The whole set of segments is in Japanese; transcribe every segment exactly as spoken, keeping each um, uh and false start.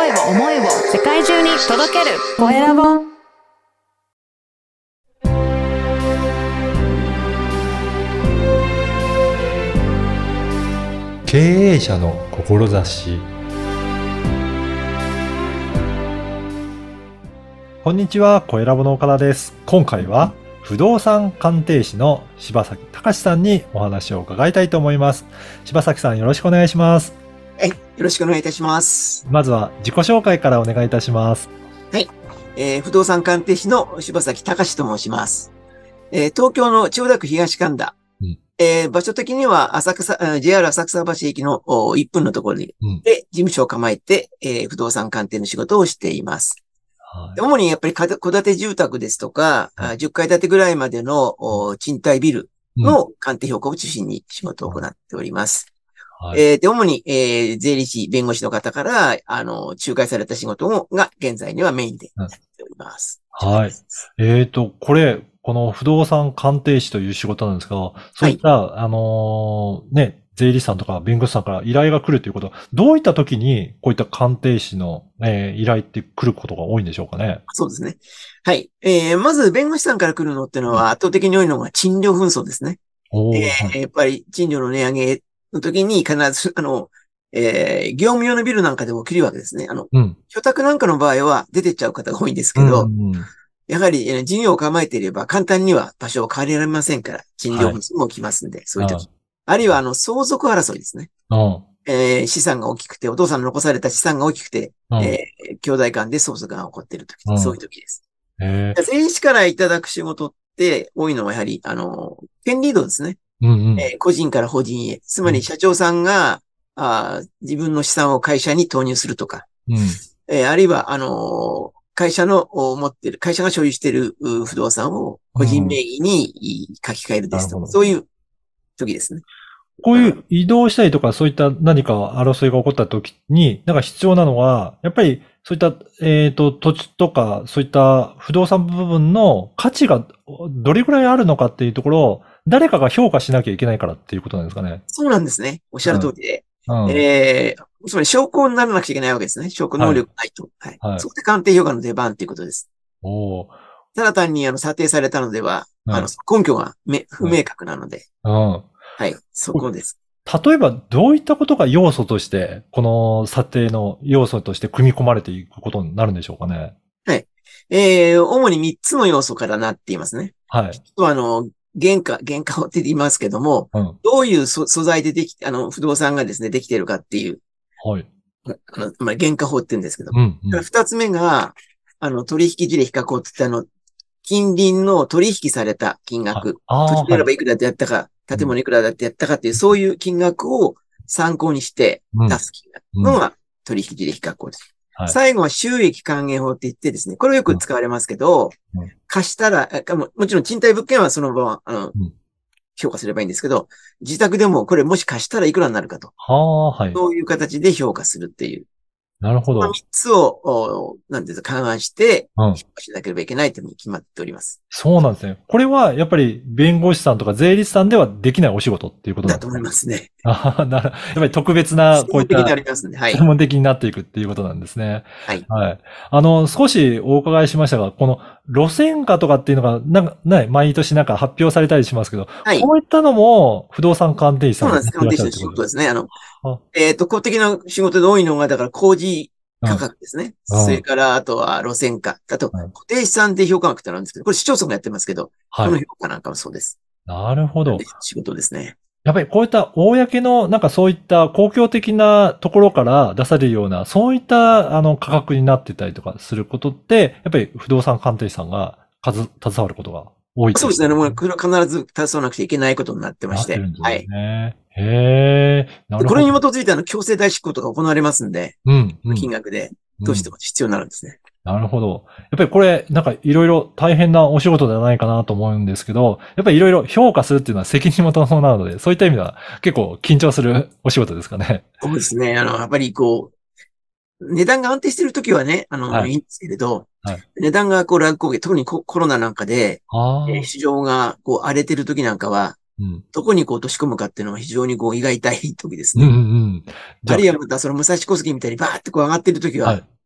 声を思いを世界中に届けるコエラボ。 経営者の志。こんにちは、コエラボの岡田です。今回は不動産鑑定士の柴崎隆さんにお話を伺いたいと思います。柴崎さん、よろしくお願いします。 はい、よろしくお願いいたします。 まずは自己紹介からお願いいたします。 はい、えー、不動産鑑定士の柴崎隆と申します。えー、東京の千代田区東神田、うん、えー、場所的には浅草、ジェイアール 浅草橋駅のいっぷんのところに、うん、で事務所を構えて、えー、不動産鑑定の仕事をしています。はい、主にやっぱり戸建て住宅ですとか、うん、じゅっかい建てぐらいまでの賃貸ビルの鑑定評価を中心に仕事を行っております。はい、えー、で、主に、えー、税理士、弁護士の方から、あの、仲介された仕事もが、現在にはメインでやっております。 うん、はい。えっと、これ、この不動産鑑定士という仕事なんですが、そういった、はい、あのー、ね、税理士さんとか弁護士さんから依頼が来るということ、どういった時に、こういった鑑定士の、えー、依頼って来ることが多いんでしょうかね。 そうですね。はい。えー、まず、弁護士さんから来るのっていうのは、圧倒的に多いのが賃料紛争ですね。おえー、やっぱり、賃料の値上げの時に必ず、あの、えー、業務用のビルなんかでも起きるわけですね。あの、うん、居宅なんかの場合は出てっちゃう方が多いんですけど、うんうん、やはり、えー、事業を構えていれば簡単には場所を変えられませんから、賃料紛争も起きますんで、はい、そういう時。あるいは、あの、相続争いですね。えー、資産が大きくて、お父さんの残された資産が大きくて、えー、兄弟間で相続が起こっている時、うん、そういう時です。税理士からいただく仕事って多いのはやはり、あの、権利移動ですね。うんうんえー、個人から法人へ。つまり社長さんが、うん、あ自分の資産を会社に投入するとか、うんえー、あるいは、あのー、会社の持っている、会社が所有している不動産を個人名義に書き換えるですとか、うん、そういう時ですね。 こういう移動したりとか、そういった何か争いが起こった時に、なんか必要なのは、やっぱりそういった、えっと、土地とか、そういった不動産部分の価値がどれくらいあるのかっていうところを、誰かが評価しなきゃいけないからっていうことなんですかね。 そうなんですね。おっしゃる通りで。うんうん、えー、つまり証拠にならなくちゃいけないわけですね。証拠能力ないと。はい。はい、そこで鑑定評価の出番っていうことです。おただ単にあの査定されたのでは、うん、あの根拠が不明確なので。うんうんはい、そこです。 例えば、どういったことが要素として、この査定の要素として組み込まれていくことになるんでしょうかね。 はい。えー、主にみっつの要素からなっていますね。はい。とあの、原価、原価法って言いますけども、うん、どういう素材でできて、あの、不動産がですね、できているかっていう。はい。あの、まあ、原価法って言うんですけども。うんうん、二つ目が、あの、取引事例比較法って言って、あの、近隣の取引された金額。土地であればいくらでやったか、はい、建物いくらだってやったかっていう、そういう金額を参考にして出す金額のが取引事例比較法です。はい、最後は収益還元法って言ってですね、これよく使われますけど、うん、貸したらも、もちろん賃貸物件はその場、あの、うん、評価すればいいんですけど、自宅でもこれもし貸したらいくらになるかと。ははい、そういう形で評価するっていう。 なるほど。 このみっつを、なんていうか、勘案して、評価しなければいけないというふうに決まっております。 そうなんですね。これは、やっぱり、弁護士さんとか税理士さんではできないお仕事っていうことなんですか？ だと思いますね。 ああ、なるほど。やっぱり特別な、こういった、 専門的になりますね。はい。 専門的になっていくっていうことなんですね。 はい。 はい。あの、少しお伺いしましたが、この路線価とかっていうのが、なんか、ね、毎年なんか発表されたりしますけど、はい。こういったのも、不動産鑑定士さんそうなんです。鑑定士の仕事ですね。あの、えっと、公的な仕事で多いのが、だから工事、価格ですね。うん、それから、あとは路線価。あと、固定資産定評価額ってのあるんですけど、これ市町村がやってますけど、はい、この評価なんかもそうです。 なるほど。 仕事ですね。 やっぱりこういった公の、なんかそういった公共的なところから出されるような、そういったあの価格になってたりとかすることって、やっぱり不動産鑑定士さんが携わることが多い。 そうですね。もう必ず携わらなくちゃいけないことになってまして。なってるんですね。 はい。へー。なるほど。 これに基づいてあの強制代執行とか行われますんで、うん、うん、金額で。どうしても必要になるんですね。 うん、なるほど。やっぱりこれ、なんかいろいろ大変なお仕事ではないかなと思うんですけど、やっぱりいろいろ評価するっていうのは責任も伴うので、そういった意味では結構緊張するお仕事ですかね。 そうですね。あの、やっぱりこう、値段が安定しているときはね、あの、はい、いいんですけれど、はい、値段がこう落後、特にコロナなんかで、えー、市場がこう荒れてるときなんかは、うん、どこにこう落とし込むかっていうのは非常にこう胃が痛い時ですね。うんうん、あるいはまたその武蔵小杉みたいにバーってこう上がってるときは、はい、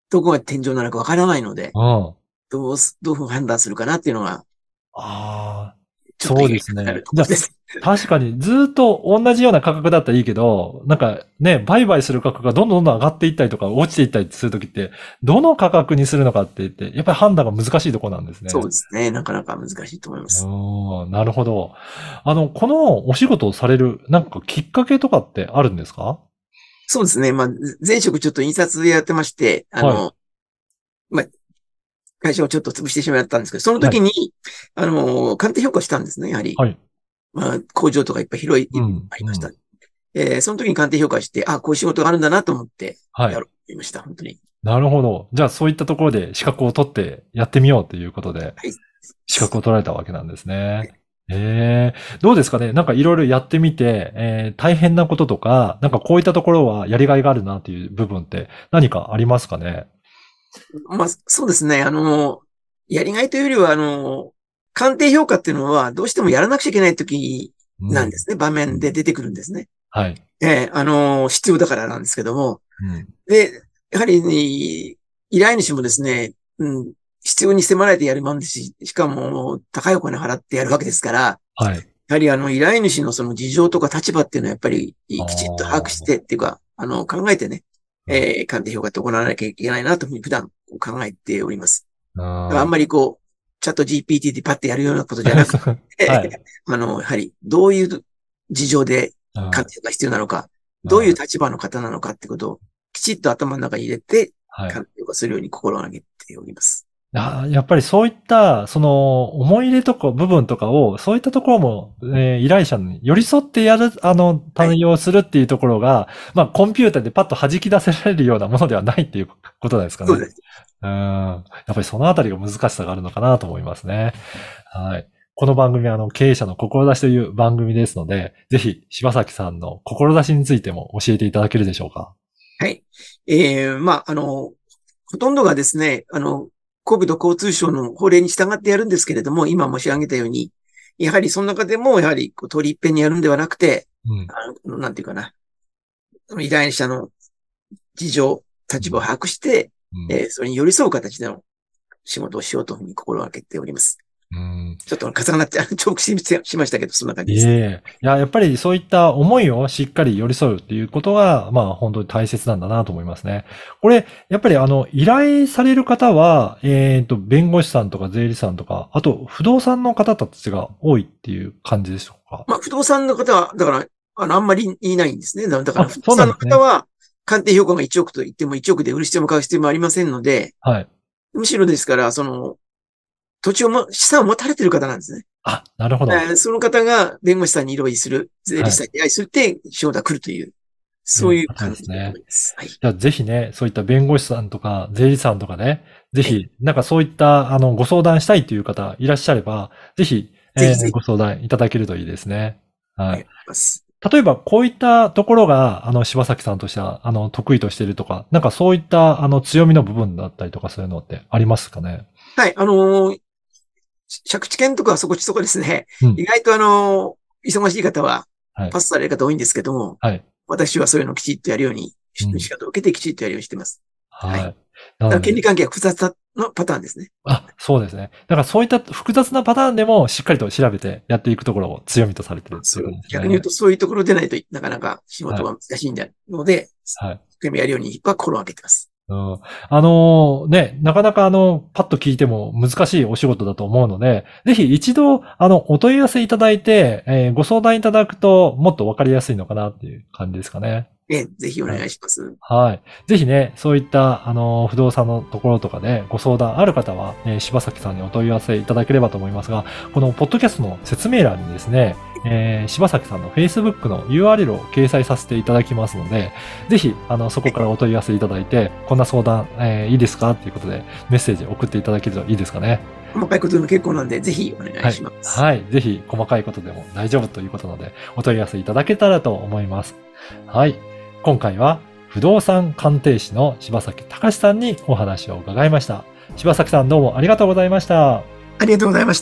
どこが天井なのかわからないので、 うん。 どうす、どういうふうに判断するかなっていうのが、 ああ、 ちょっとそうで意外になすね。じゃあ、 るところです。 確かにずっと同じような価格だったらいいけど、なんかね、売買する価格がどんどんどんどん上がっていったりとか落ちていったりするときって、どの価格にするのかって言って、やっぱり判断が難しいところなんですそうね。 ですね。なかなか難しいと思います。 うん、なるほど。あの、このお仕事をされる、なんかきっかけとかってあるんですか？ そうですね。まあ、前職ちょっと印刷やってまして、あはい。 の、まあ、会社をちょっと潰してしまったんですけど、そのはい。 時に、あの、鑑定評価したんですね、やはり。 はい。 まあ、工場とかいっぱい広い、いうん。 ありました。 うん。 えーその時に鑑定評価して、あ、こういう仕事があるんだなと思って、 はい。 やろうと思いました、本当に。 なるほど。じゃあそういったところで資格を取ってやってみようということで、 はい。 資格を取られたわけなんですね。ええ、どうですかね、なんかいろいろやってみて、えー大変なこととか、なんかこういったところはやりがいがあるなという部分って何かありますかね？ まあ、そうですね。あの、やりがいというよりは、あの、鑑定評価っていうのは、どうしてもやらなくちゃいけない時うん。 なんですね。場うん。 面で出てくるんですね。 はい。 えーあの、必要だからなんですけども。 うん。 で、やはり、ね、依頼主もですね、うん、必要に迫られてやるもんですし、しかも高いお金払ってやるわけですから、 はい。 やはりあの、依頼主のその事情とか立場っていうのはやっぱりあきちっと把握してあ。 っていうか、あの、考えてね、 うん。 えー、鑑定評価って行わなきゃいけないなというふうに普段考えております。あんあまりこう、チャット ジーピーティー でパッてやるようなことじゃなくて、 はい。 あの、やはりどういう事情ではい。 鑑定が必要なのか、どういうはい。 立場の方なのかってことをきちっと頭の中に入れてはい。 鑑定をするように心がけております。 あやっぱりそういった、その、思い入れとか部分とかを、そういったところも、えー依頼者に寄り添ってやる、あの、 はい。 対応するっていうところが、まあ、コンピューターでパッと弾き出せられるようなものではないっていうことなんですかね。 そうです。 うん。やっぱりそのあたりが難しさがあるのかなと思いますね。はい。この番組は、あの、経営者の志という番組ですので、ぜひ、柴崎さんの志についても教えていただけるでしょうか。 はい。えー、まあ、あの、ほとんどがですね、あの、国土交通省の法令に従ってやるんですけれども、今申し上げたように、やはりその中でも、やはり、こう、取り一遍にやるんではなくて、 うん。 あの、なんていうかな、依頼者の事情、立場をうん。 把握して、 うん。 えーそれに寄り添う形での仕事をしようというふうに心がけております。 うん。 ちょっと重なって、重複ししましたけど、そんな感じいですね。 え。いや、やっぱりそういった思いをしっかり寄り添うっていうことが、まあ本当に大切なんだなと思いますね。これ、やっぱりあの、依頼される方は、えっと、弁護士さんとか税理士さんとか、あと不動産の方たちが多いっていう感じでしょうか？ まあ、不動産の方は、だから、あの、あんまりいないんですね。だから、 あ、 不動産のそうなんですね。 方は、鑑定評価がいちおくと言ってもいちおくで売る必要も買う必要もありませんので、 はい。 むしろですから、その、土地をも、資産を持たれている方なんですね。 あ、なるほど。 えーその方が弁護士さんに依頼する、税理はい。 士さんに依頼するって仕事が来るという、そういういうこと感じだとですね。 思います。はい。 じゃあぜひね、そういった弁護士さんとか税理士さんとかね、ぜはい。 ひ、なんかそういった、あの、ご相談したいという方いらっしゃれば、ぜひ、えーごぜひぜひ、 相談いただけるといいですね。はい。 お願いします。 例えば、こういったところが、あの、柴崎さんとしては、あの、得意としているとか、なんかそういった、あの、強みの部分だったりとかそういうのってありますかね？ はい。あのー借地権とかそこちそこですね。 うん。 意外とあのー忙しい方ははい。 パスされる方多いんですけども、 はい。 私はそういうのをきちっとやるように、 うん。 仕方を受けてきちっとやるようにしてます。はい。だはい。なので、 から権利関係が複雑のパターンですね。 あ、そうですね。だからそういった複雑なパターンでもしっかりと調べてやっていくところを強みとされているというそう、 ことですね。 逆に言うとそういうところでないとなかなか仕はい。 事は難しいんだので、 はい。 一生懸命やるようには心がけてます。 うん、あのね、なかなかあの、パッと聞いても難しいお仕事だと思うので、ぜひ一度、あの、お問い合わせいただいて、えーご相談いただくと、もっとわかりやすいのかなっていう感じですかね。 え、ぜひおはい。 願いします。 はい。ぜひね、そういった、あの、不動産のところとかでご相談ある方は、えー柴崎さんにお問い合わせいただければと思いますが、このポッドキャストの説明欄にですね、えー柴崎さんの Facebook の ユーアールエル を掲載させていただきますので、ぜひ、あの、そこからお問い合わせいただいて、こんな相談、えーいいですかっていうことで、メッセージ送っていただけるといいですかね。 細かいことでも結構なんで、ぜひお願いはい。 します。 はい。ぜひ、細かいことでも大丈夫ということなので、お問い合わせいただけたらと思います。はい。今回は、不動産鑑定士の柴崎隆さんにお話を伺いました。柴崎さんどうもありがとうございました。 ありがとうございました。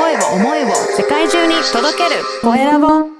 声を、思いを世界中に届ける。コエラボ。